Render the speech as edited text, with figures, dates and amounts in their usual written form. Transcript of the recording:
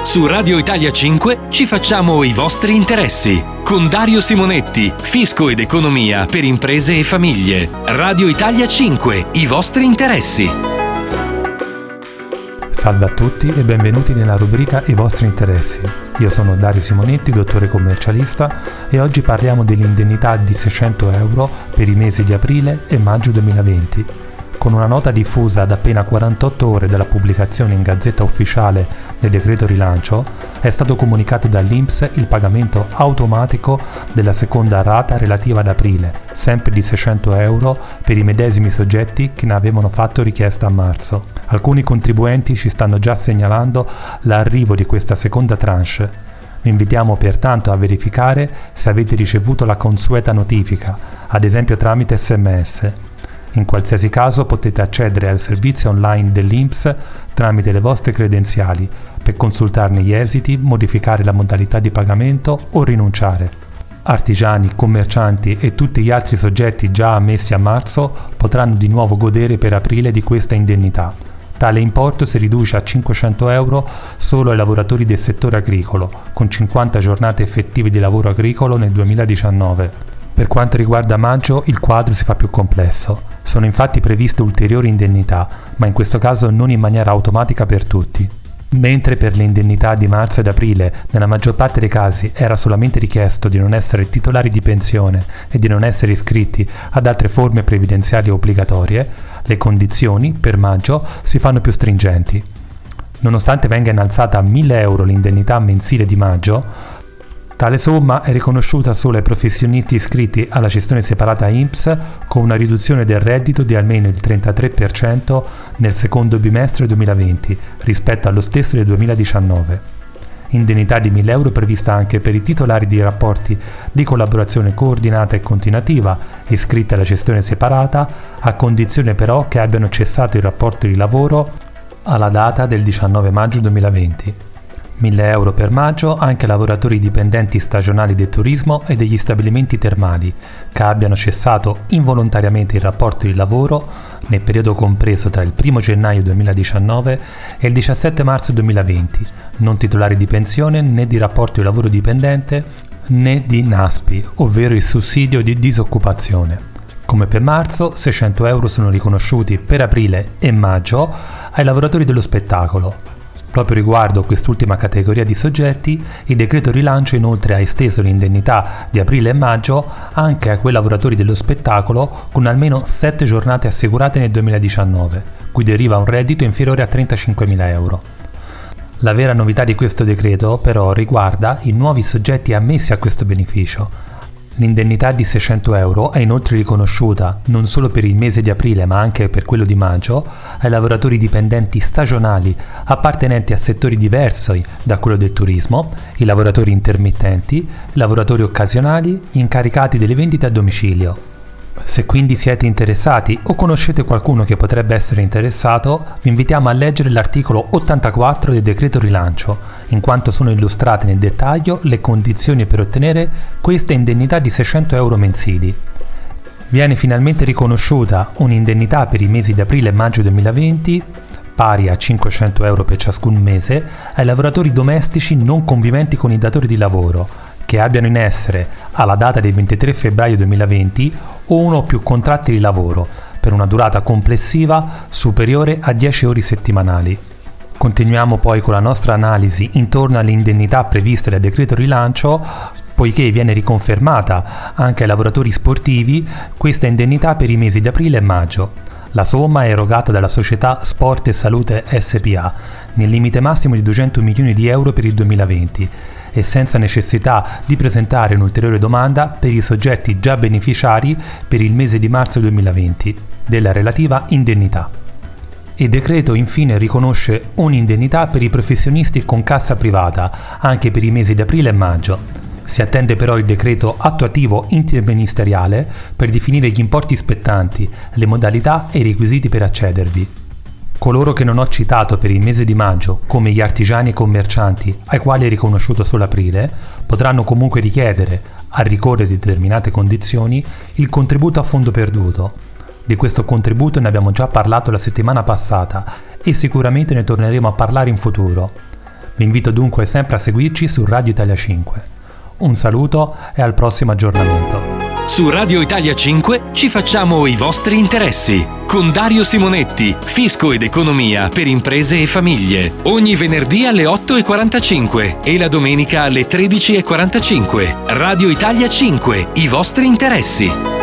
Su Radio Italia 5 ci facciamo i vostri interessi. Con Dario Simonetti, fisco ed economia per imprese e famiglie. Radio Italia 5, i vostri interessi. Salve a tutti e benvenuti nella rubrica I vostri interessi. Io sono Dario Simonetti, dottore commercialista, e oggi parliamo dell'indennità di 600 euro per i mesi di aprile e maggio 2020. Con una nota diffusa ad appena 48 ore dalla pubblicazione in Gazzetta Ufficiale del decreto rilancio, è stato comunicato dall'INPS il pagamento automatico della seconda rata relativa ad aprile, sempre di 600 euro per i medesimi soggetti che ne avevano fatto richiesta a marzo. Alcuni contribuenti ci stanno già segnalando l'arrivo di questa seconda tranche. Vi invitiamo pertanto a verificare se avete ricevuto la consueta notifica, ad esempio tramite SMS. In qualsiasi caso potete accedere al servizio online dell'INPS tramite le vostre credenziali per consultarne gli esiti, modificare la modalità di pagamento o rinunciare. Artigiani, commercianti e tutti gli altri soggetti già ammessi a marzo potranno di nuovo godere per aprile di questa indennità. Tale importo si riduce a 500 euro solo ai lavoratori del settore agricolo, con 50 giornate effettive di lavoro agricolo nel 2019. Per quanto riguarda maggio, il quadro si fa più complesso. Sono infatti previste ulteriori indennità, ma in questo caso non in maniera automatica per tutti. Mentre per le indennità di marzo ed aprile, nella maggior parte dei casi, era solamente richiesto di non essere titolari di pensione e di non essere iscritti ad altre forme previdenziali obbligatorie, le condizioni, per maggio, si fanno più stringenti. Nonostante venga innalzata a 1.000 euro l'indennità mensile di maggio, tale somma è riconosciuta solo ai professionisti iscritti alla gestione separata INPS con una riduzione del reddito di almeno il 33% nel secondo bimestre 2020 rispetto allo stesso del 2019. Indennità di 1.000 euro prevista anche per i titolari di rapporti di collaborazione coordinata e continuativa iscritti alla gestione separata, a condizione però che abbiano cessato il rapporto di lavoro alla data del 19 maggio 2020. 1.000 euro per maggio anche lavoratori dipendenti stagionali del turismo e degli stabilimenti termali che abbiano cessato involontariamente il rapporto di lavoro nel periodo compreso tra il 1 gennaio 2019 e il 17 marzo 2020, non titolari di pensione né di rapporto di lavoro dipendente né di NASPI, ovvero il sussidio di disoccupazione. Come per marzo, 600 euro sono riconosciuti per aprile e maggio ai lavoratori dello spettacolo. Proprio riguardo a quest'ultima categoria di soggetti, il decreto rilancio inoltre ha esteso l'indennità di aprile e maggio anche a quei lavoratori dello spettacolo con almeno 7 giornate assicurate nel 2019, cui deriva un reddito inferiore a 35.000 euro. La vera novità di questo decreto, però, riguarda i nuovi soggetti ammessi a questo beneficio. L'indennità di 600 euro è inoltre riconosciuta non solo per il mese di aprile ma anche per quello di maggio ai lavoratori dipendenti stagionali appartenenti a settori diversi da quello del turismo, i lavoratori intermittenti, i lavoratori occasionali, incaricati delle vendite a domicilio. Se quindi siete interessati o conoscete qualcuno che potrebbe essere interessato, vi invitiamo a leggere l'articolo 84 del decreto rilancio, in quanto sono illustrate nel dettaglio le condizioni per ottenere questa indennità di 600 euro mensili. Viene finalmente riconosciuta un'indennità per i mesi di aprile e maggio 2020, pari a 500 euro per ciascun mese, ai lavoratori domestici non conviventi con i datori di lavoro, che abbiano in essere, alla data del 23 febbraio 2020, o uno o più contratti di lavoro, per una durata complessiva superiore a 10 ore settimanali. Continuiamo poi con la nostra analisi intorno alle indennità previste dal decreto rilancio, poiché viene riconfermata anche ai lavoratori sportivi questa indennità per i mesi di aprile e maggio. La somma è erogata dalla società Sport e Salute SpA, nel limite massimo di 200 milioni di euro per il 2020, e senza necessità di presentare un'ulteriore domanda per i soggetti già beneficiari per il mese di marzo 2020 della relativa indennità. Il decreto infine riconosce un'indennità per i professionisti con cassa privata anche per i mesi di aprile e maggio. Si attende però il decreto attuativo interministeriale per definire gli importi spettanti, le modalità e i requisiti per accedervi. Coloro che non ho citato per il mese di maggio, come gli artigiani e commercianti ai quali è riconosciuto solo aprile, potranno comunque richiedere, a ricorrere di determinate condizioni, il contributo a fondo perduto. Di questo contributo ne abbiamo già parlato la settimana passata e sicuramente ne torneremo a parlare in futuro. Vi invito dunque sempre a seguirci su Radio Italia 5. Un saluto e al prossimo aggiornamento. Su Radio Italia 5 ci facciamo i vostri interessi. Con Dario Simonetti, Fisco ed Economia per imprese e famiglie. Ogni venerdì alle 8:45 e la domenica alle 13:45. Radio Italia 5, i vostri interessi.